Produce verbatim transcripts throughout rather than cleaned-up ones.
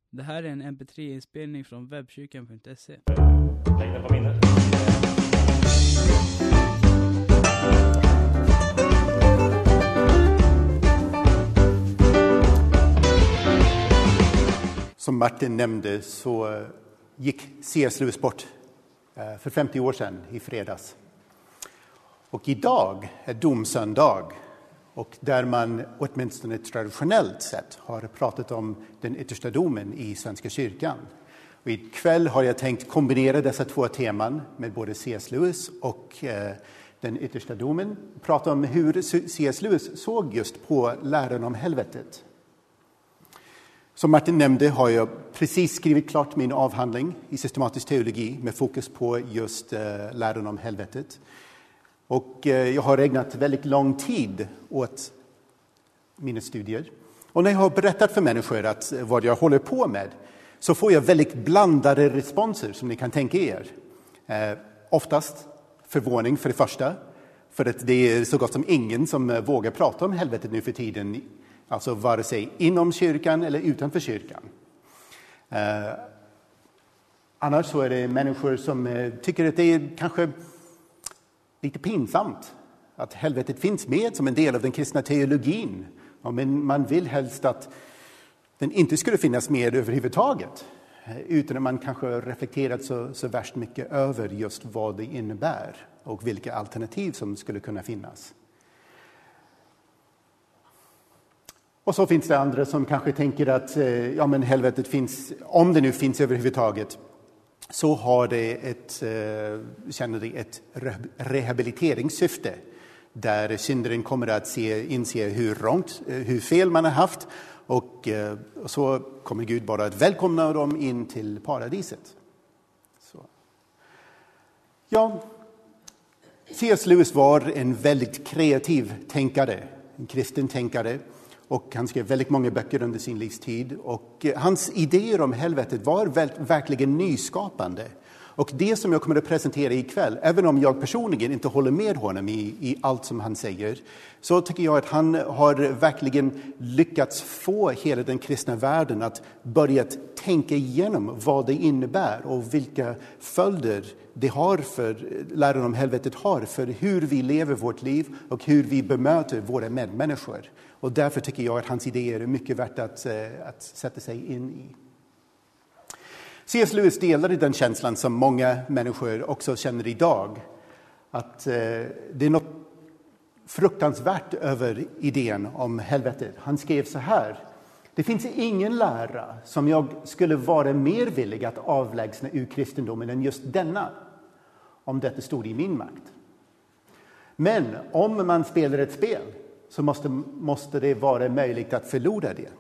Det här är en M P tre-inspelning från webbkyrkan punkt se. Lägg den på minnet. Som Martin nämnde så gick C S Lewis bort för femtio år sedan i fredags. Och idag är domsöndag, och där man åtminstone traditionellt sett har pratat om den yttersta domen i Svenska kyrkan. Och ikväll har jag tänkt kombinera dessa två teman med både C S Lewis och eh, den yttersta domen. Prata om hur C S Lewis såg just på läran om helvetet. Som Martin nämnde har jag precis skrivit klart min avhandling i systematisk teologi med fokus på just eh, läran om helvetet. Och eh, jag har ägnat väldigt lång tid åt mina studier. Och när jag har berättat för människor att, eh, vad jag håller på med, så får jag väldigt blandade responser som ni kan tänka er. Eh, oftast förvåning för det första. För att det är så gott som ingen som eh, vågar prata om helvetet nu för tiden. Alltså vare sig inom kyrkan eller utanför kyrkan. Eh, annars så är det människor som eh, tycker att det är kanske lite pinsamt att helvetet finns med som en del av den kristna teologin. Ja, men man vill helst att den inte skulle finnas med överhuvudtaget. Utan att man kanske reflekterat så, så värst mycket över just vad det innebär. Och vilka alternativ som skulle kunna finnas. Och så finns det andra som kanske tänker att ja, men helvetet finns, om det nu finns överhuvudtaget, så har det ett, känner det ett rehabiliteringssyfte. Där syndaren kommer att se, inse hur långt, hur fel man har haft. Och så kommer Gud bara att välkomna dem in till paradiset. Så. Ja, C S Lewis var en väldigt kreativ tänkare, en kristen tänkare. Och han skrev väldigt många böcker under sin livstid. Och hans idéer om helvetet var väl, verkligen nyskapande. Och det som jag kommer att presentera ikväll, även om jag personligen inte håller med honom i, i allt som han säger, så tycker jag att han har verkligen lyckats få hela den kristna världen att börja tänka igenom vad det innebär och vilka följder det har för, läran om helvetet har för hur vi lever vårt liv och hur vi bemöter våra medmänniskor. Och därför tycker jag att hans idéer är mycket värt att, att sätta sig in i. C S Lewis delade den känslan som många människor också känner idag. Att eh, det är något fruktansvärt över idén om helvetet. Han skrev så här: det finns ingen lära som jag skulle vara mer villig att avlägsna ur kristendomen än just denna, om detta stod i min makt. Men om man spelar ett spel så måste, måste det vara möjligt att förlora det.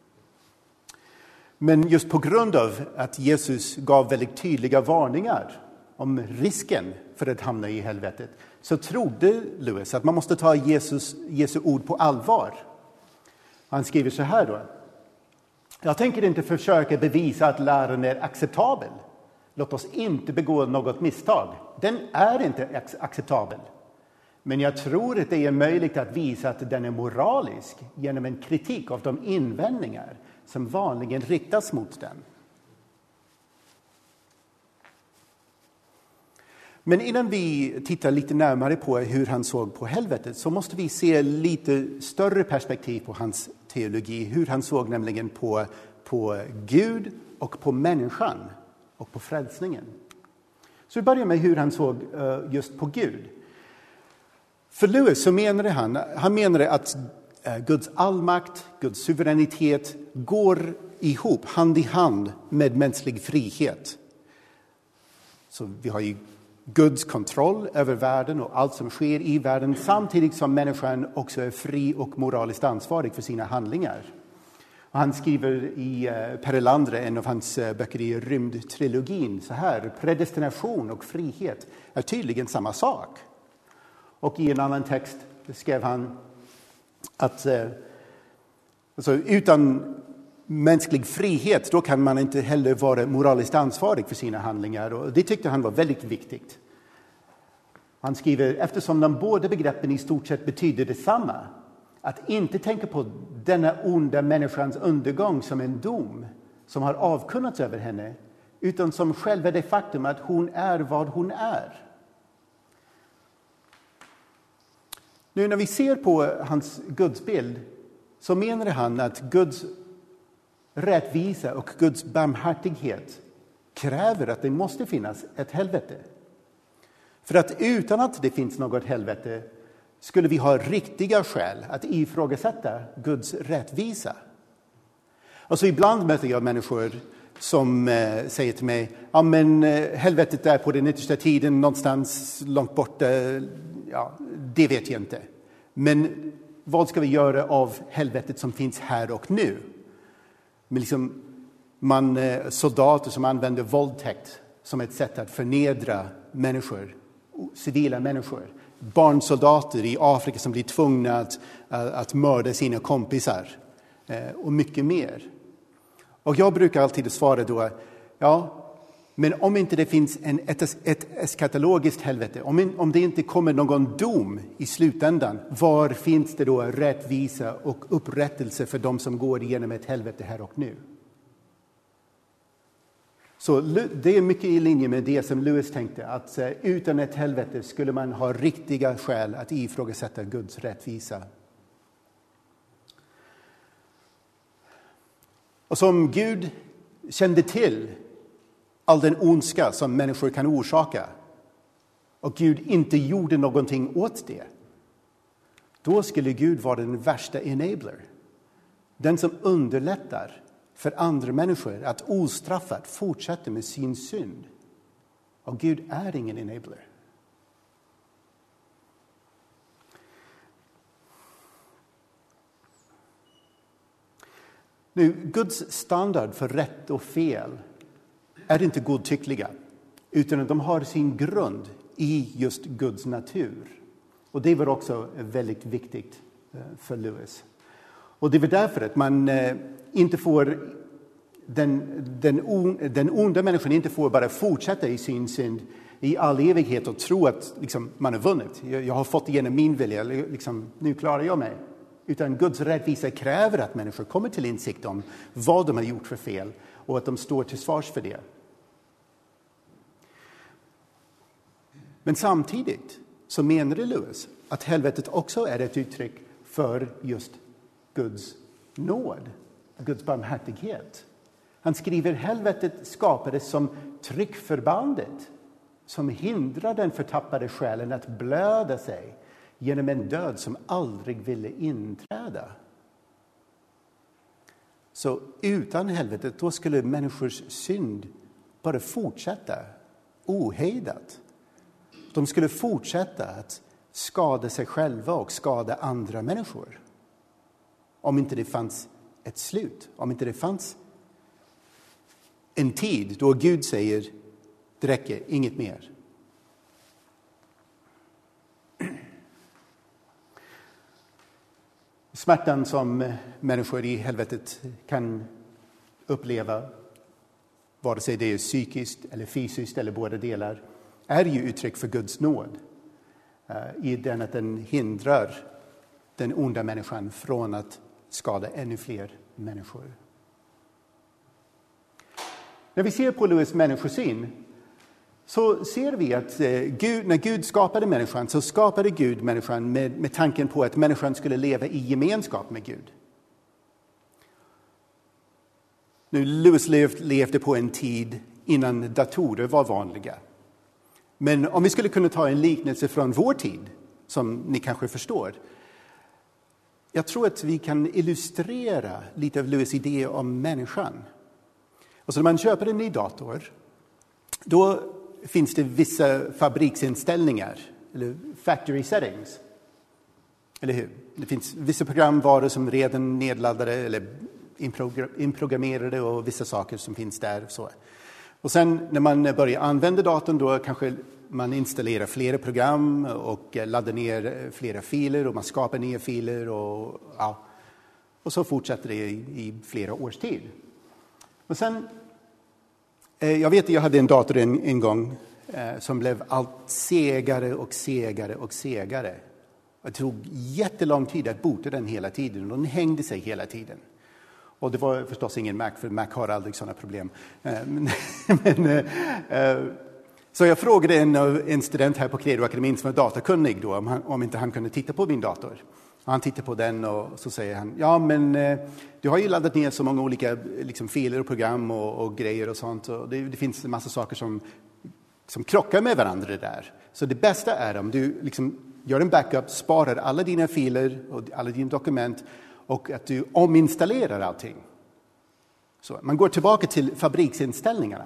Men just på grund av att Jesus gav väldigt tydliga varningar om risken för att hamna i helvetet, så trodde Lewis att man måste ta Jesus, Jesu ord på allvar. Han skriver så här då: jag tänker inte försöka bevisa att läran är acceptabel. Låt oss inte begå något misstag. Den är inte acceptabel. Men jag tror att det är möjligt att visa att den är moralisk genom en kritik av de invändningar som vanligen riktas mot den. Men innan vi tittar lite närmare på hur han såg på helvetet, så måste vi se lite större perspektiv på hans teologi. Hur han såg nämligen på, på Gud och på människan och på frälsningen. Så vi börjar med hur han såg uh, just på Gud. För Lewis så menade han, han menade att Guds allmakt, Guds suveränitet går ihop hand i hand med mänsklig frihet. Så vi har ju Guds kontroll över världen och allt som sker i världen, samtidigt som människan också är fri och moraliskt ansvarig för sina handlingar. Och han skriver i Per Elander, en av hans böcker i rymdtrilogin, så här: predestination och frihet är tydligen samma sak. Och i en annan text skrev han att alltså, utan mänsklig frihet då kan man inte heller vara moraliskt ansvarig för sina handlingar. Och det tyckte han var väldigt viktigt. Han skriver: eftersom de båda begreppen i stort sett betyder detsamma, att inte tänka på denna onda människans undergång som en dom, som har avkunnats över henne, utan som själva det faktum att hon är vad hon är. Nu när vi ser på hans gudsbild så menar han att Guds rättvisa och Guds barmhärtighet kräver att det måste finnas ett helvete. För att utan att det finns något helvete skulle vi ha riktiga skäl att ifrågasätta Guds rättvisa. Alltså ibland möter jag människor som eh, säger till mig, ja men eh, helvetet är på den yttersta tiden någonstans långt borta, ja det vet jag inte. Men vad ska vi göra av helvetet som finns här och nu? Men liksom, man, eh, soldater som använder våldtäkt som ett sätt att förnedra människor, civila människor. Barnsoldater i Afrika som blir tvungna att, att mörda sina kompisar eh, och mycket mer. Och jag brukar alltid svara då, ja, men om inte det finns en, ett, ett eskatologiskt helvete, om, om det inte kommer någon dom i slutändan, var finns det då rättvisa och upprättelse för de som går igenom ett helvete här och nu? Så det är mycket i linje med det som Lewis tänkte, att utan ett helvete skulle man ha riktiga skäl att ifrågasätta Guds rättvisa. Och som Gud kände till all den ondska som människor kan orsaka och Gud inte gjorde någonting åt det, då skulle Gud vara den värsta enabler. Den som underlättar för andra människor att ostraffat fortsätta med sin synd. Och Gud är ingen enabler. Nu, Guds standard för rätt och fel är inte godtyckliga, utan de har sin grund i just Guds natur. Och det var också väldigt viktigt för Lewis. Och det var därför att man inte får, den, den, on, den onda människan inte får bara fortsätta i sin synd i all evighet och tro att liksom, man har vunnit. Jag, jag har fått igenom min vilja, liksom, nu klarar jag mig. Utan Guds rättvisa kräver att människor kommer till insikt om vad de har gjort för fel och att de står till svars för det. Men samtidigt så menade Lewis att helvetet också är ett uttryck för just Guds nåd, Guds barmhärtighet. Han skriver helvetet skapades som tryckförbandet som hindrar den förtappade själen att blöda sig genom en död som aldrig ville inträda. Så utan helvetet då skulle människors synd bara fortsätta ohejdat. De skulle fortsätta att skada sig själva och skada andra människor. Om inte det fanns ett slut, om inte det fanns en tid då Gud säger det räcker, inget mer. Smärtan som människor i helvetet kan uppleva, vare sig det är psykiskt eller fysiskt eller båda delar, är ju uttryck för Guds nåd. I den att den hindrar den onda människan från att skada ännu fler människor. När vi ser på Lewis människosyn så ser vi att Gud, när Gud skapade människan så skapade Gud människan med, med tanken på att människan skulle leva i gemenskap med Gud. Nu, Lewis levde, levde på en tid innan datorer var vanliga. Men om vi skulle kunna ta en liknelse från vår tid, som ni kanske förstår. Jag tror att vi kan illustrera lite av Lewis idé om människan. Och så när man köper en ny dator, då finns det vissa fabriksinställningar, eller factory settings. Eller hur? Det finns vissa programvaror som redan nedladdade eller inprogrammerade och vissa saker som finns där. Så. Och sen när man börjar använda datorn då kanske man installerar flera program och laddar ner flera filer och man skapar nya filer och, ja, och så fortsätter det i, i flera års tid. Och sen, eh, jag vet att jag hade en dator en, en gång eh, som blev allt segare och segare och segare. Det tog jättelång tid att bota den hela tiden och den hängde sig hela tiden. Och det var förstås ingen Mac, för Mac har aldrig sådana problem. Men, men, så jag frågade en, en student här på Credo-akademin som var datakunnig då, om, han, om inte han kunde titta på min dator. Och han tittar på den och så säger han, ja men du har ju laddat ner så många olika liksom, filer och program och, och grejer och sånt. Och det, det finns en massa saker som, som krockar med varandra där. Så det bästa är om du liksom, gör en backup, sparar alla dina filer och alla dina dokument och att du ominstallerar allting. Så man går tillbaka till fabriksinställningarna.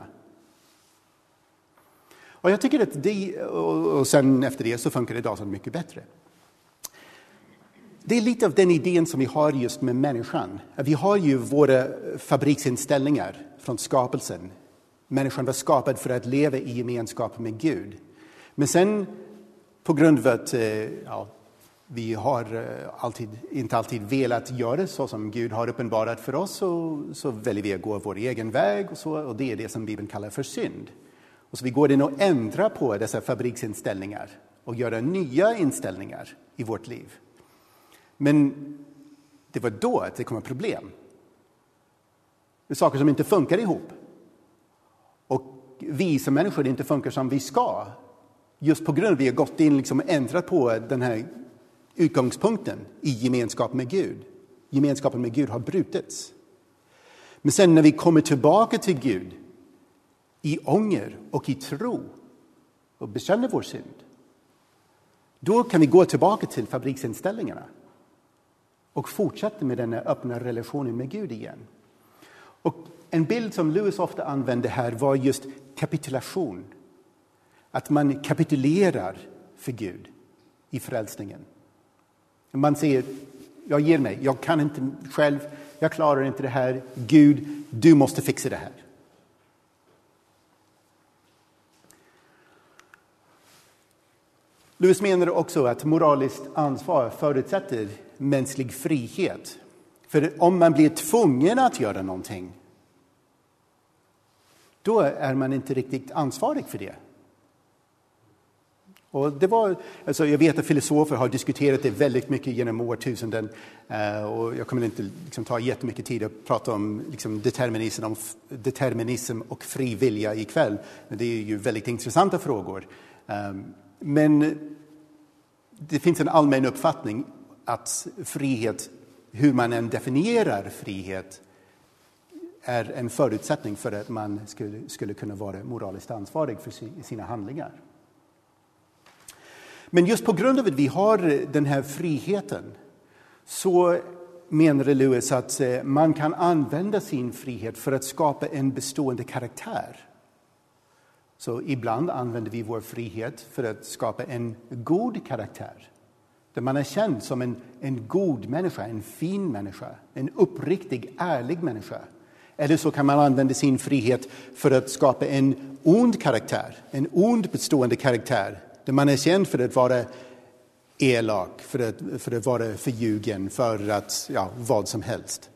Och jag tycker att det, och sen efter det så funkar det datorn mycket bättre. Det är lite av den idén som vi har just med människan. Vi har ju våra fabriksinställningar från skapelsen. Människan var skapad för att leva i gemenskap med Gud. Men sen på grund av att ja, vi har alltid, inte alltid velat göra så som Gud har uppenbarat för oss, så, så väljer vi att gå vår egen väg. Och, så, och det är det som Bibeln kallar för synd. Och så vi går in och ändrar på dessa fabriksinställningar och gör nya inställningar i vårt liv. Men det var då att det kom problem. Det är saker som inte funkar ihop. Och vi som människor inte funkar som vi ska. Just på grund av att vi har gått in liksom och ändrat på den här utgångspunkten i gemenskap med Gud. Gemenskapen med Gud har brutits. Men sen när vi kommer tillbaka till Gud i ånger och i tro och bekänner vår synd, då kan vi gå tillbaka till fabriksinställningarna och fortsätta med den öppna relationen med Gud igen. Och en bild som Lewis ofta använde här var just kapitulation. Att man kapitulerar för Gud i frälsningen. Man säger, jag ger mig, jag kan inte själv, jag klarar inte det här. Gud, du måste fixa det här. Lewis menar också att moraliskt ansvar förutsätter mänsklig frihet. För om man blir tvungen att göra någonting, då är man inte riktigt ansvarig för det. Och det var, alltså jag vet att filosofer har diskuterat det väldigt mycket genom årtusenden. Och jag kommer inte liksom ta jättemycket tid att prata om liksom determinism, om determinism och fri vilja ikväll. Men det är ju väldigt intressanta frågor. Men det finns en allmän uppfattning att frihet, hur man än definierar frihet, är en förutsättning för att man skulle, skulle kunna vara moraliskt ansvarig för sina handlingar. Men just på grund av att vi har den här friheten, så menar Lewis att man kan använda sin frihet för att skapa en bestående karaktär. Så ibland använder vi vår frihet för att skapa en god karaktär. Där man är känd som en, en god människa, en fin människa, en uppriktig, ärlig människa. Eller så kan man använda sin frihet för att skapa en ond karaktär, en ond bestående karaktär. Där man är känd för att vara elak, för att, för att vara förljugen, för att, ja, vad som helst.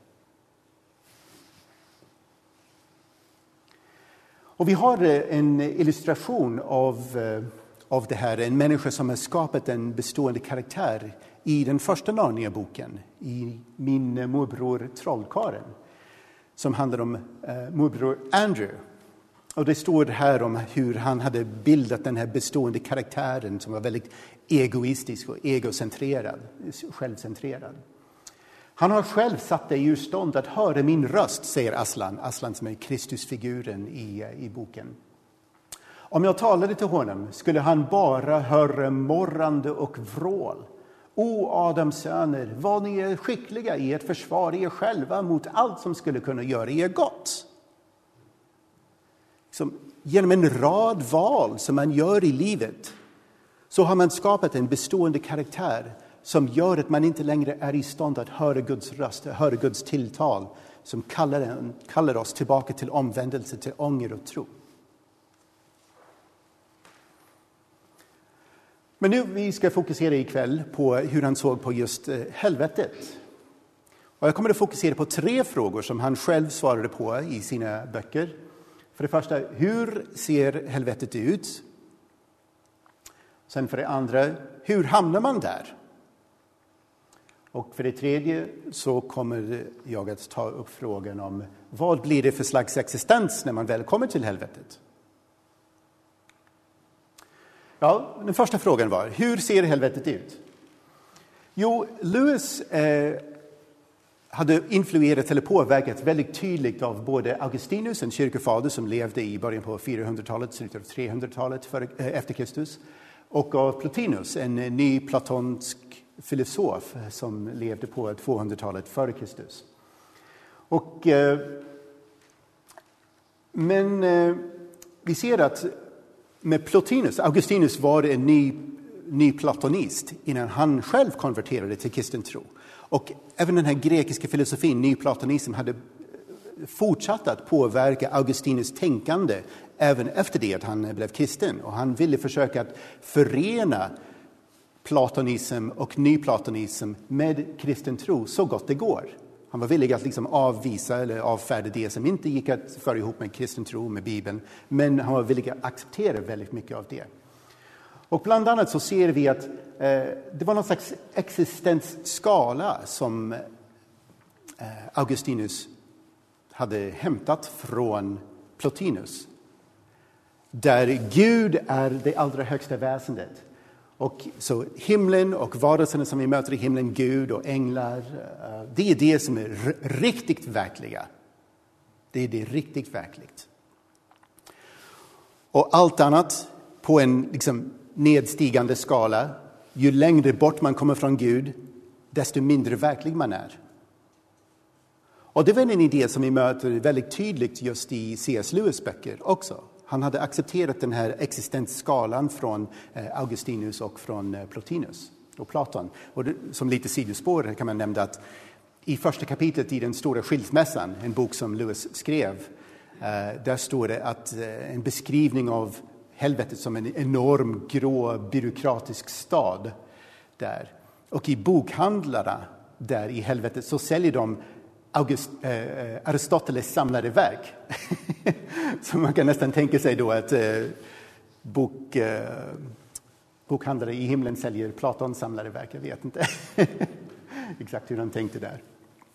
Och vi har en illustration av, av det här, en människa som har skapat en bestående karaktär i den första Narnia-boken, i Min morbror Trollkarlen, som handlar om eh, morbror Andrew. Och det står här om hur han hade bildat den här bestående karaktären som var väldigt egoistisk och egocentrerad, självcentrerad. Han har själv satt dig ur stånd att höra min röst, säger Aslan. Aslan som är Kristusfiguren i, i boken. Om jag talade till honom skulle han bara höra morrande och vrål. O Adams söner, vad ni är skickliga i att försvara er själva mot allt som skulle kunna göra er gott. Som genom en rad val som man gör i livet, så har man skapat en bestående karaktär som gör att man inte längre är i stånd att höra Guds röst, höra Guds tilltal, som kallar, kallar oss tillbaka till omvändelse, till ånger och tro. Men nu vi ska fokusera ikväll på hur han såg på just helvetet. Och jag kommer att fokusera på tre frågor som han själv svarade på i sina böcker. För det första, hur ser helvetet ut? Sen för det andra, hur hamnar man där? Och för det tredje så kommer jag att ta upp frågan om vad blir det för slags existens när man väl kommer till helvetet. Ja, den första frågan var, hur ser helvetet ut? Jo, Lewis eh, hade influerats eller påverkats väldigt tydligt av både Augustinus, en kyrkofader som levde i början på fyrahundratalet, slutet av trehundratalet för, eh, efter Kristus, och av Plotinus, en ny platonsk filosof som levde på tvåhundratalet före Kristus. Och, eh, men eh, vi ser att med Plotinus, Augustinus var en ny, ny platonist innan han själv konverterade till kristen tro. Och även den här grekiska filosofin, nyplatonism, hade fortsatt att påverka Augustinus tänkande även efter det att han blev kristen. Och han ville försöka att förena platonism och nyplatonism med kristen tro så gott det går. Han var villig att liksom avvisa eller avfärda det som inte gick att föra ihop med kristen tro, med Bibeln. Men han var villig att acceptera väldigt mycket av det. Och bland annat så ser vi att eh, det var någon slags existensskala som eh, Augustinus hade hämtat från Plotinus. Där Gud är det allra högsta väsendet. Och så himlen och varelserna som vi möter i himlen, Gud och änglar, det är det som är r- riktigt verkliga. Det är det riktigt verkligt. Och allt annat på en liksom nedstigande skala, ju längre bort man kommer från Gud, desto mindre verklig man är. Och det var en idé som vi möter väldigt tydligt just i C S Lewis böcker också. Han hade accepterat den här existensskalan från Augustinus och från Plotinus och Platon. Och det, som lite sidospår kan man nämna att i första kapitlet i den stora skilsmässan, en bok som Lewis skrev, där står det att en beskrivning av helvetet som en enorm grå byråkratisk stad där. Och i bokhandlarna där i helvetet så säljer de August, eh, Aristoteles samlade verk. Så man kan nästan tänka sig då att eh, bok, eh, bokhandlare i himlen säljer Platons samlade verk. Jag vet inte exakt hur de tänkte där.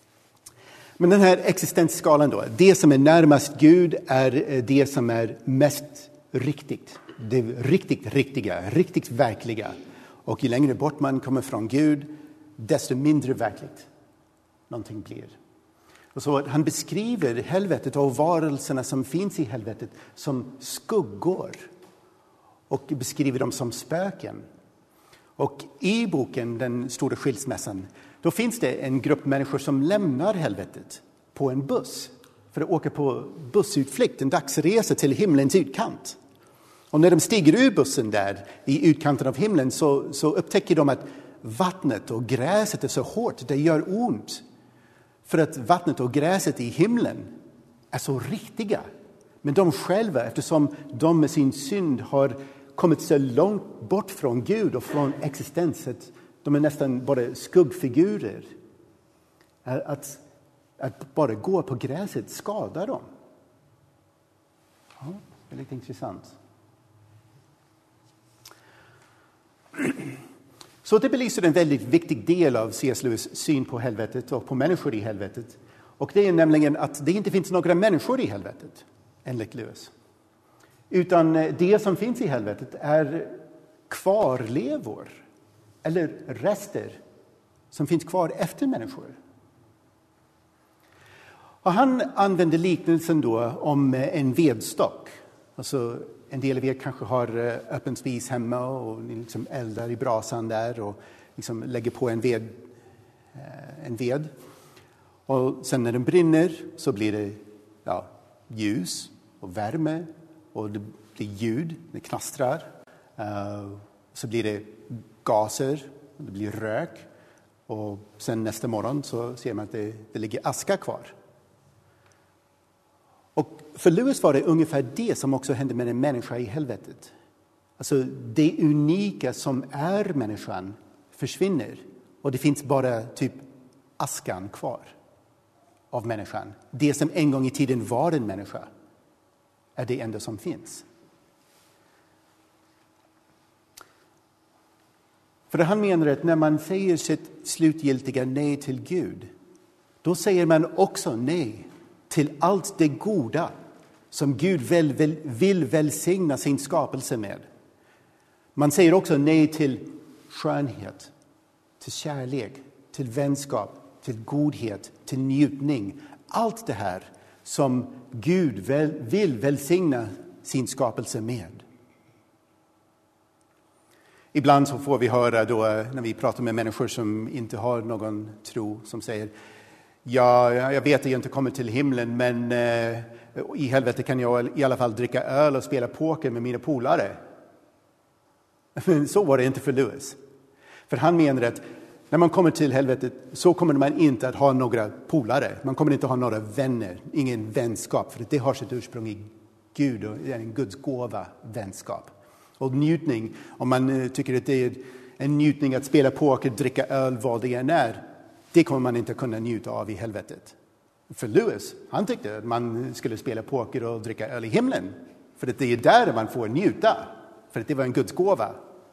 Men den här existensskalan då, det som är närmast Gud är det som är mest riktigt. Det riktigt riktiga, riktigt verkliga. Och ju längre bort man kommer från Gud, desto mindre verkligt någonting blir. Och så han beskriver helvetet och varelserna som finns i helvetet som skuggor. Och beskriver dem som spöken. Och i boken, den stora skilsmässan, då finns det en grupp människor som lämnar helvetet på en buss. För att åka på bussutflykt, en dagsresa till himlens utkant. Och när de stiger ur bussen där i utkanten av himlen så, så upptäcker de att vattnet och gräset är så hårt, det gör ont. För att vattnet och gräset i himlen är så riktiga. Men de själva, eftersom de med sin synd har kommit så långt bort från Gud och från existensen, de är nästan bara skuggfigurer. Att, att bara gå på gräset skadar dem. Ja, väldigt intressant. Så det belyser en väldigt viktig del av C S Lewis syn på helvetet och på människor i helvetet. Och det är nämligen att det inte finns några människor i helvetet, enligt Lewis. Utan det som finns i helvetet är kvarlevor, eller rester, som finns kvar efter människor. Och han använder liknelsen då om en vedstock. Alltså en del av er kanske har öppen spis hemma och liksom eldar i brasan där och liksom lägger på en ved, en ved. Och sen när den brinner så blir det ja, ljus och värme och det blir ljud, det knastrar. Uh, så blir det gaser, det blir rök. Och sen nästa morgon så ser man att det, det ligger aska kvar. Och för Lewis var det ungefär det som också hände med en människa i helvetet. Alltså det unika som är människan försvinner. Och det finns bara typ askan kvar av människan. Det som en gång i tiden var en människa är det enda som finns. För han menar att när man säger sitt slutgiltiga nej till Gud, då säger man också nej till allt det goda som Gud väl, väl, vill välsigna sin skapelse med. Man säger också nej till skönhet, till kärlek, till vänskap, till godhet, till njutning. Allt det här som Gud väl, vill välsigna sin skapelse med. Ibland så får vi höra då när vi pratar med människor som inte har någon tro, som säger: ja, jag vet att jag inte kommer till himlen, men eh, i helvete kan jag i alla fall dricka öl och spela poker med mina polare. Men så var det inte för Lewis. För han menar att när man kommer till helvetet så kommer man inte att ha några polare. Man kommer inte att ha några vänner, ingen vänskap. För det har sitt ursprung i Gud och det är en Guds gåva, vänskap. Och njutning, om man tycker att det är en njutning att spela poker, dricka öl, vad det än är, det kommer man inte kunna njuta av i helvetet. För Lewis, han tyckte att man skulle spela poker och dricka öl i himlen. För att det är där man får njuta. För att det var en Guds gåva.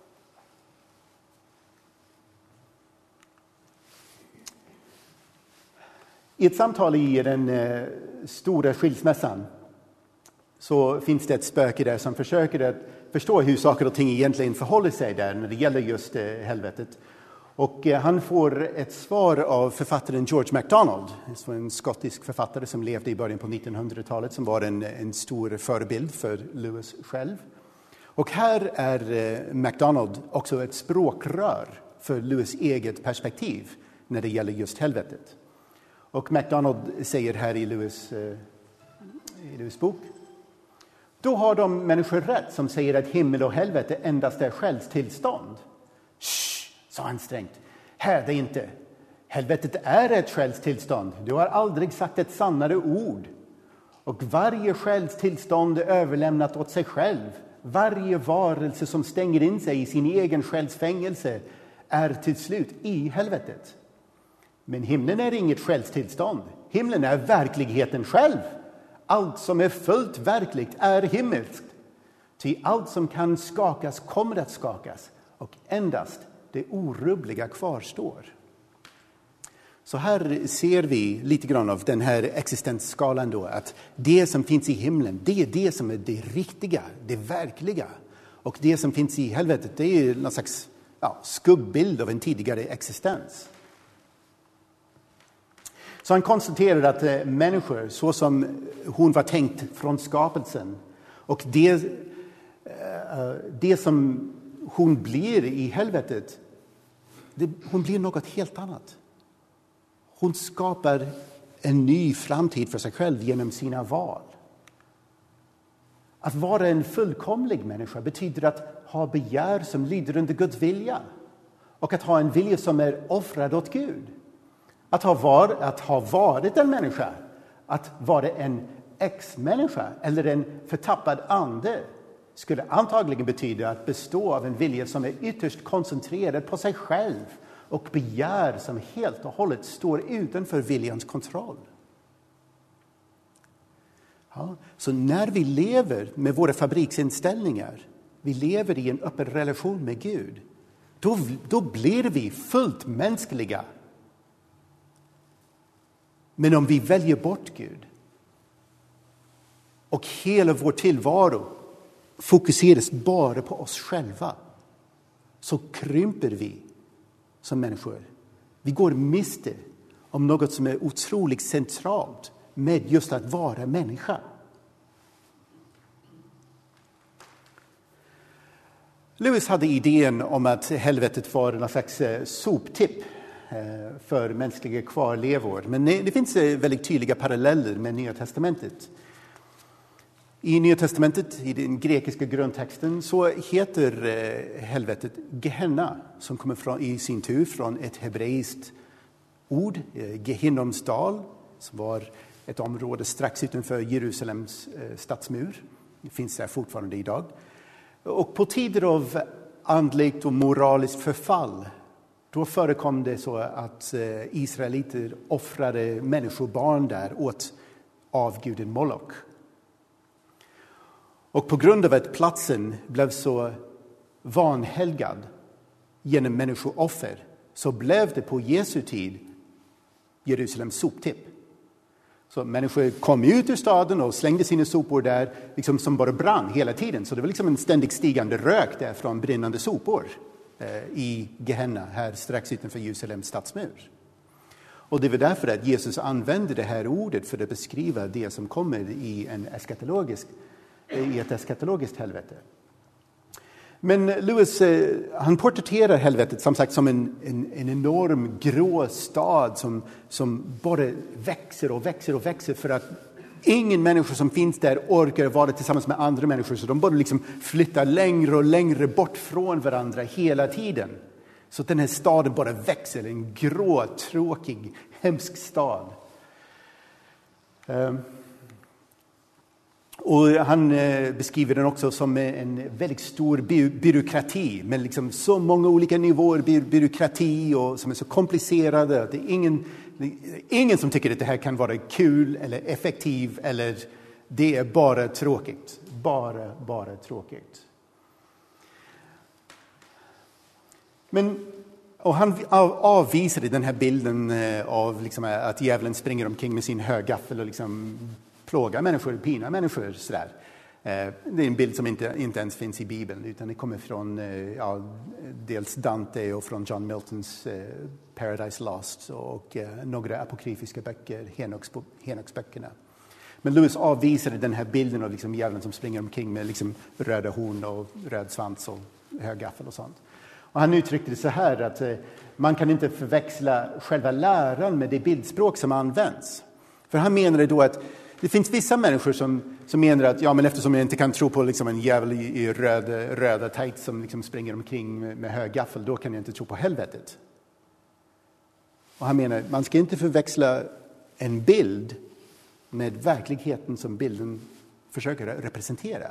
I ett samtal i den eh, stora skilsmässan så finns det ett spöke där som försöker att förstå hur saker och ting egentligen förhåller sig där när det gäller just eh, helvetet. Och eh, han får ett svar av författaren George MacDonald, en skottisk författare som levde i början på nittonhundratalet, som var en, en stor förebild för Lewis själv. Och här är eh, MacDonald också ett språkrör för Lewis eget perspektiv när det gäller just helvetet. Och MacDonald säger här i Lewis, eh, i Lewis bok: då har de människor rätt som säger att himmel och helvete endast är själstillstånd. Shh, sa han strängt. Här det inte. Helvetet är ett själstillstånd. Du har aldrig sagt ett sannare ord. Och varje själstillstånd är överlämnat åt sig själv. Varje varelse som stänger in sig i sin egen själsfängelse är till slut i helvetet. Men himlen är inget själstillstånd. Himlen är verkligheten själv. Allt som är fullt verkligt är himmelskt. Ty allt som kan skakas kommer att skakas. Och endast det orubbliga kvarstår. Så här ser vi lite grann av den här existensskalan då. Att det som finns i himlen, det är det som är det riktiga, det verkliga. Och det som finns i helvetet, det är någon slags ja, skuggbild av en tidigare existens. Så han konstaterar att eh, människor, så som hon var tänkt från skapelsen, och det, eh, det som hon blir i helvetet, det, hon blir något helt annat. Hon skapar en ny framtid för sig själv genom sina val. Att vara en fullkomlig människa betyder att ha begär som lyder under Guds vilja. Och att ha en vilja som är offrad åt Gud. Att ha, var, att ha varit en människa, att vara en ex-människa eller en förtappad ande skulle antagligen betyda att bestå av en vilja som är ytterst koncentrerad på sig själv och begär som helt och hållet står utanför viljans kontroll. Ja, så när vi lever med våra fabriksinställningar, vi lever i en öppen relation med Gud, då, då blir vi fullt mänskliga. Men om vi väljer bort Gud och hela vår tillvaro fokuseras bara på oss själva, så krymper vi som människor. Vi går miste om något som är otroligt centralt med just att vara människa. Lewis hade idén om att helvetet var en slags soptipp för mänskliga kvarlevor. Men det finns väldigt tydliga paralleller med Nya testamentet. I Nya testamentet, i den grekiska grundtexten, så heter helvetet Gehenna, som kommer från, i sin tur från ett hebreiskt ord, Gehinnomsdal, som var ett område strax utanför Jerusalems stadsmur. Det finns där fortfarande idag. Och på tider av andligt och moraliskt förfall, då förekom det så att israeliter offrade människobarn där åt avguden Moloch. Och på grund av att platsen blev så vanhelgad genom människooffer, så blev det på Jesu tid Jerusalems soptipp. Så människor kom ut ur staden och slängde sina sopor där liksom som bara brann hela tiden. Så det var liksom en ständigt stigande rök där från brinnande sopor eh, i Gehenna, här strax utanför Jerusalems stadsmur. Och det var därför att Jesus använde det här ordet för att beskriva det som kommer i, en eskatologisk, i ett eskatologiskt helvete. Men Lewis, han porträtterar helvetet som sagt som en, en, en enorm grå stad som, som bara växer och växer och växer för att ingen människa som finns där orkar vara tillsammans med andra människor. Så de bara liksom flyttar längre och längre bort från varandra hela tiden. Så den här staden bara växer, en grå, tråkig, hemsk stad. Um. Och han eh, beskriver den också som en väldigt stor by- byråkrati med liksom så många olika nivåer by- byråkrati och som är så komplicerade att det är ingen, det är ingen som tycker att det här kan vara kul eller effektiv eller det är bara tråkigt. Bara, bara tråkigt. Men och han avvisade den här bilden av liksom att djävulen springer omkring med sin högaffel och liksom plågar människor, pinar människor. Sådär. Det är en bild som inte, inte ens finns i Bibeln utan det kommer från ja, dels Dante och från John Miltons Paradise Lost och några apokryfiska böcker, Henoksböckerna. Men Lewis avvisade den här bilden av liksom djävulen som springer omkring med liksom röda horn och röd svans och högaffel och sånt. Och han uttryckte det så här att eh, man kan inte förväxla själva läran med det bildspråk som används. För han menade då att det finns vissa människor som, som menar att ja, men eftersom jag inte kan tro på liksom en djävul i, i röd, röda tights som liksom springer omkring med, med hög gaffel, då kan jag inte tro på helvetet. Och han menar man ska inte förväxla en bild med verkligheten som bilden försöker representera.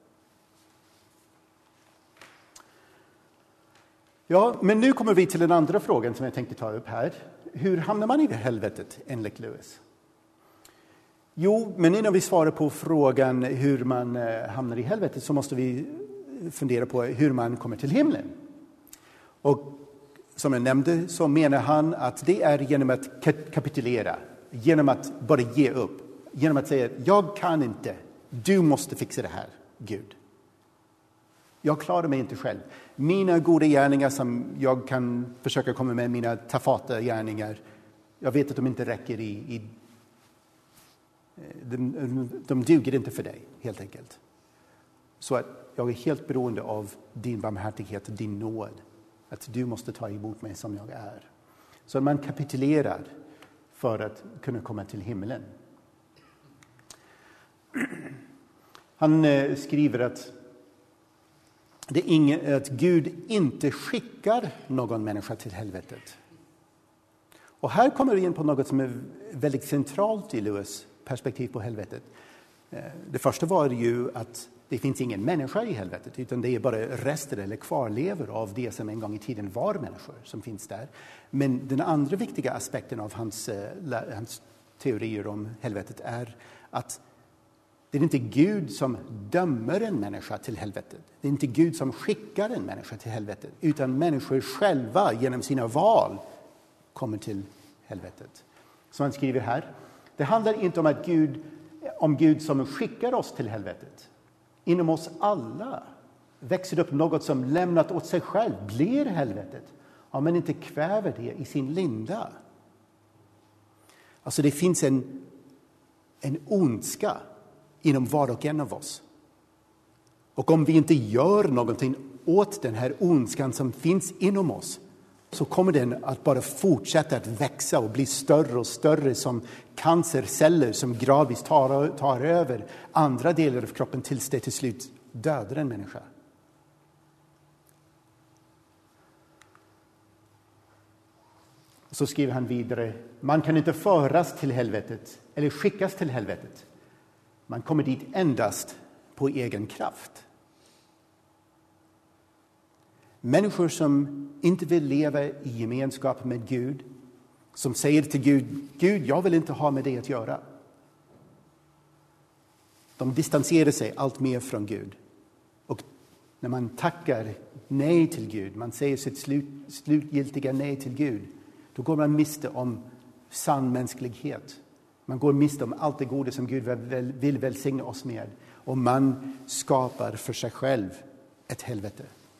Ja, men nu kommer vi till den andra frågan som jag tänkte ta upp här. Hur hamnar man i det helvetet enligt Lewis? Jo, men innan vi svarar på frågan hur man hamnar i helvetet så måste vi fundera på hur man kommer till himlen. Och som jag nämnde så menar han att det är genom att kapitulera, genom att bara ge upp, genom att säga jag kan inte, du måste fixa det här, Gud. Jag klarar mig inte själv. Mina goda gärningar som jag kan försöka komma med, mina tafatta gärningar, jag vet att de inte räcker i, i de, de duger inte för dig, helt enkelt. Så att jag är helt beroende av din barmhärtighet, din nåd. Att du måste ta emot mig som jag är. Så att man kapitulerar för att kunna komma till himlen. Han eh, skriver att det är ingen, att Gud inte skickar någon människa till helvetet. Och här kommer vi in på något som är väldigt centralt i Lewis perspektiv på helvetet. Det första var ju att det finns ingen människa i helvetet, utan det är bara rester eller kvarlever av det som en gång i tiden var människor som finns där. Men den andra viktiga aspekten av hans, hans teorier om helvetet är att det är inte Gud som dömer en människa till helvetet. Det är inte Gud som skickar en människa till helvetet, utan människor själva genom sina val kommer till helvetet. Som han skriver här, det handlar inte om att Gud, om Gud som skickar oss till helvetet. Inom oss alla växer upp något som lämnat åt sig själv blir helvetet, om man inte kväver det i sin linda. Alltså det finns en, en ondska inom var och en av oss. Och om vi inte gör någonting åt den här ondskan som finns inom oss, så kommer den att bara fortsätta att växa och bli större och större som cancerceller som gradvis tar, tar över andra delar av kroppen tills det till slut dödar en människa. Så skriver han vidare, man kan inte föras till helvetet eller skickas till helvetet. Man kommer dit endast på egen kraft. Människor som inte vill leva i gemenskap med Gud, som säger till Gud, Gud, jag vill inte ha med det att göra. De distanserar sig allt mer från Gud. Och när man tackar nej till Gud, man säger sitt slut, slutgiltiga nej till Gud, då går man miste om sann mänsklighet. Man går miste om allt det goda som Gud vill välsigna oss med. Och man skapar för sig själv ett helvete.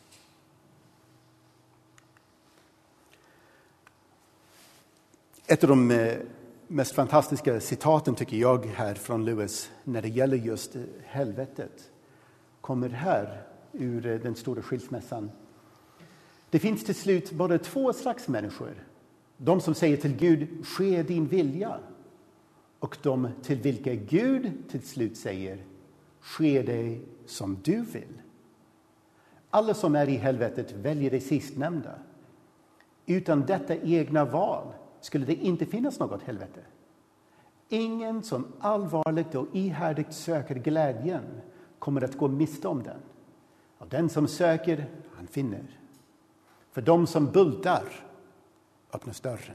Ett av de mest fantastiska citaten tycker jag här från Lewis när det gäller just helvetet kommer här ur den stora skilsmässan. Det finns till slut bara två slags människor. De som säger till Gud, ske din vilja. Och de till vilka Gud till slut säger, ske det som du vill. Alla som är i helvetet väljer det sistnämnda. Utan detta egna val skulle det inte finnas något helvete. Ingen som allvarligt och ihärdigt söker glädjen kommer att gå miste om den. Och den som söker, han finner. För de som bultar öppnas dörren.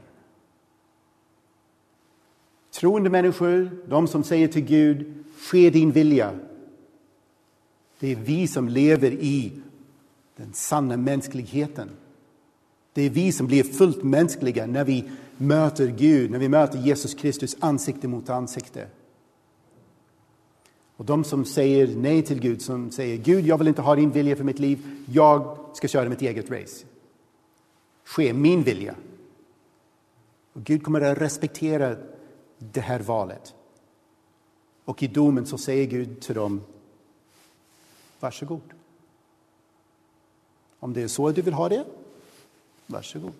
Troende människor, de som säger till Gud, ske din vilja. Det är vi som lever i den sanna mänskligheten. Det är vi som blir fullt mänskliga när vi möter Gud, när vi möter Jesus Kristus ansikte mot ansikte. Och de som säger nej till Gud, som säger Gud, jag vill inte ha din vilja för mitt liv, jag ska köra mitt eget race. Ske min vilja. Och Gud kommer att respektera det här valet. Och i domen så säger Gud till dem, varsågod. Om det är så att du vill ha det, varsågod.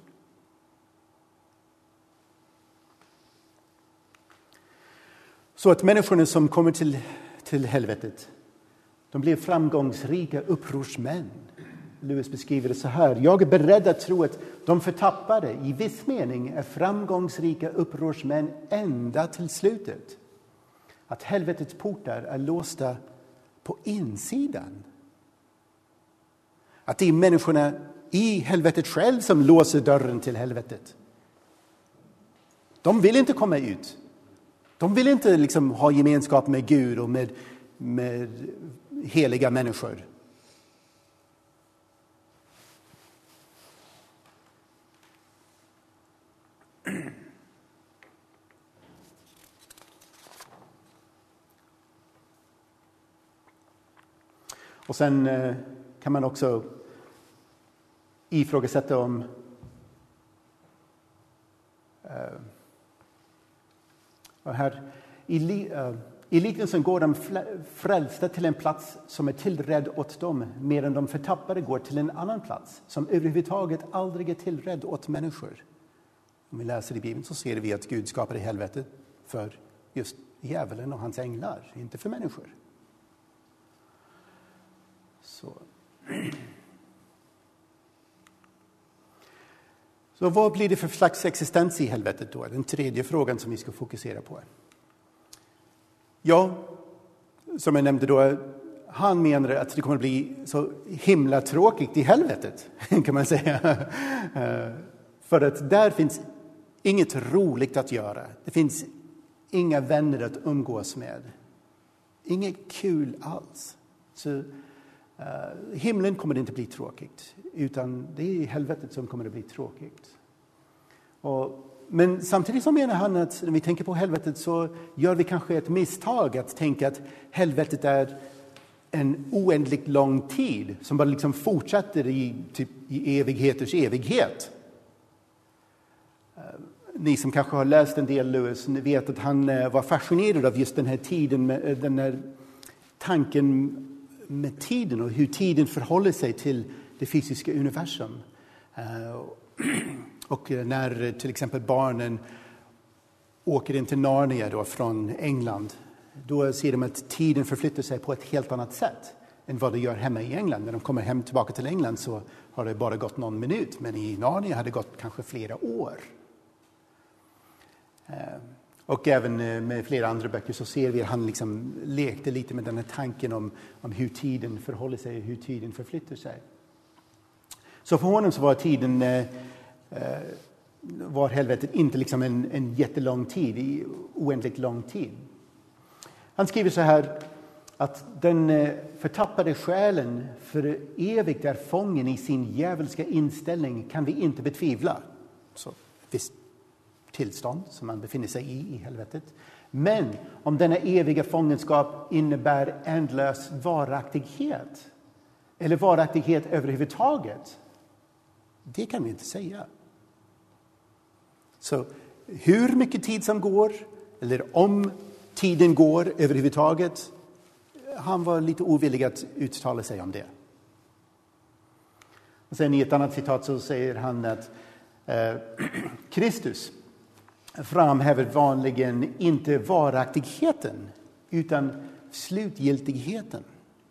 Så att människorna som kommer till, till helvetet, de blir framgångsrika upprorsmän. Lewis beskriver det så här. Jag är beredd att tro att de förtappade i viss mening är framgångsrika upprorsmän ända till slutet. Att helvetets portar är låsta på insidan. Att det är människorna i helvetet själv som låser dörren till helvetet. De vill inte komma ut. De vill inte liksom ha gemenskap med Gud och med, med heliga människor. Och sen eh, kan man också ifrågasätta om eh, och här, i, li, uh, i liknelsen går de frälsta till en plats som är tillrädd åt dem, medan de förtappade går till en annan plats som överhuvudtaget aldrig är tillrädd åt människor. Om vi läser i Bibeln så ser vi att Gud skapade helvetet för just djävulen och hans änglar, inte för människor. Så. Så vad blir det för slags existens i helvetet då? Den tredje frågan som vi ska fokusera på. Ja, som jag nämnde då, han menar att det kommer att bli så himla tråkigt i helvetet, kan man säga. För att där finns inget roligt att göra. Det finns inga vänner att umgås med. Inget kul alls. Så Uh, himlen kommer det inte bli tråkigt, utan det är helvetet som kommer att bli tråkigt. Och, men samtidigt så menar han att när vi tänker på helvetet så gör vi kanske ett misstag att tänka att helvetet är en oändligt lång tid som bara liksom fortsätter i, typ, i evigheters evighet. Uh, ni som kanske har läst en del Lewis vet att han uh, var fascinerad av just den här tiden, med, uh, den här tanken med tiden och hur tiden förhåller sig till det fysiska universum. Och när till exempel barnen åker in till Narnia då från England, då ser de att tiden förflyttar sig på ett helt annat sätt än vad det gör hemma i England. När de kommer hem tillbaka till England så har det bara gått någon minut, men i Narnia hade det gått kanske flera år. Och även med flera andra böcker så ser vi att han liksom lekte lite med den här tanken om, om hur tiden förhåller sig och hur tiden förflyttar sig. Så för honom så var tiden, eh, var helvetet inte liksom en, en jättelång tid, oändligt lång tid. Han skriver så här Att den förtappade själen för evigt är fången i sin djävulska inställning kan vi inte betvivla. Så visst tillstånd som man befinner sig i i helvetet. Men om denna eviga fångenskap innebär ändlös varaktighet eller varaktighet överhuvudtaget, det kan vi inte säga. Så hur mycket tid som går, eller om tiden går överhuvudtaget, han var lite ovillig att uttala sig om det. Och sen i ett annat citat så säger han att eh, Kristus framhäver vanligen inte varaktigheten utan slutgiltigheten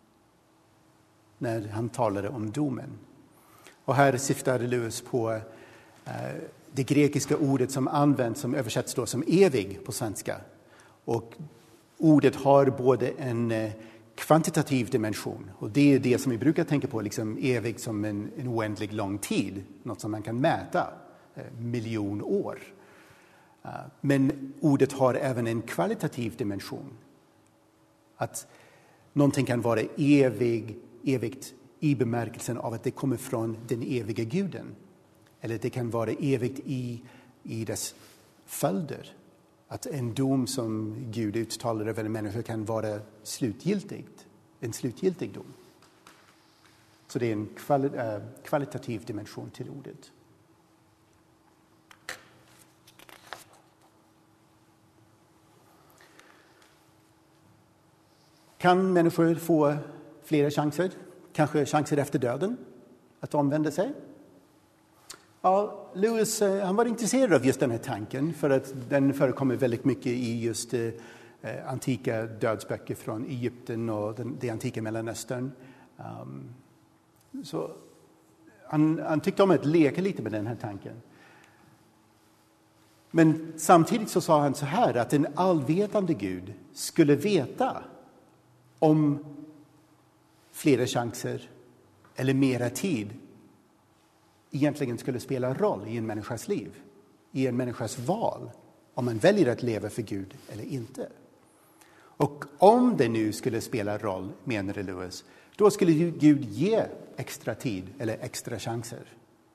när han talade om domen. Och här syftade Lewis på eh, det grekiska ordet som används, som översätts då som evig på svenska. Och ordet har både en eh, kvantitativ dimension, och det är det som vi brukar tänka på, liksom evig som en, en oändlig lång tid, något som man kan mäta, eh, miljon år. Uh, men ordet har även en kvalitativ dimension. Att någonting kan vara evig, evigt i bemärkelsen av att det kommer från den eviga guden. Eller det kan vara evigt i, i dess följder. Att en dom som Gud uttalar över en människa kan vara slutgiltigt. En slutgiltig dom. Så det är en kvali, äh, kvalitativ dimension till ordet. Kan människor få flera chanser? Kanske chanser efter döden? Att omvända sig? Ja, Lewis, han var intresserad av just den här tanken, för att den förekommer väldigt mycket i just eh, antika dödsböcker från Egypten och den, det antika Mellanöstern. Um, så han, han tyckte om att leka lite med den här tanken. Men samtidigt så sa han så här, att en allvetande Gud skulle veta om flera chanser eller mera tid egentligen skulle spela roll i en människas liv, i en människas val, om man väljer att leva för Gud eller inte. Och om det nu skulle spela roll, menade Lewis, då skulle Gud ge extra tid eller extra chanser.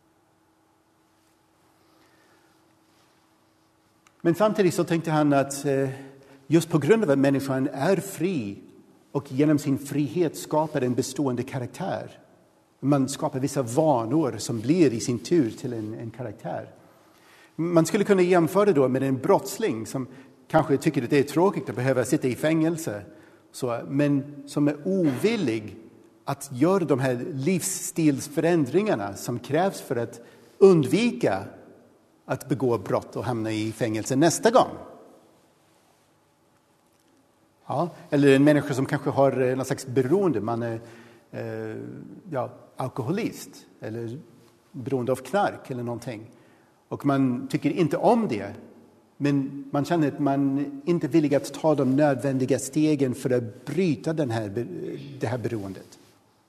Men samtidigt så tänkte han att just på grund av att människan är fri och genom sin frihet skapar en bestående karaktär. Man skapar vissa vanor som blir i sin tur till en, en karaktär. Man skulle kunna jämföra då med en brottsling som kanske tycker att det är tråkigt att behöva sitta i fängelse. Så, men som är ovillig att göra de här livsstilsförändringarna som krävs för att undvika att begå brott och hamna i fängelse nästa gång. Ja, eller en människa som kanske har någon slags beroende. Man är eh, ja, alkoholist eller beroende av knark eller någonting. Och man tycker inte om det. Men man känner att man inte är villig att ta de nödvändiga stegen för att bryta den här, det här beroendet.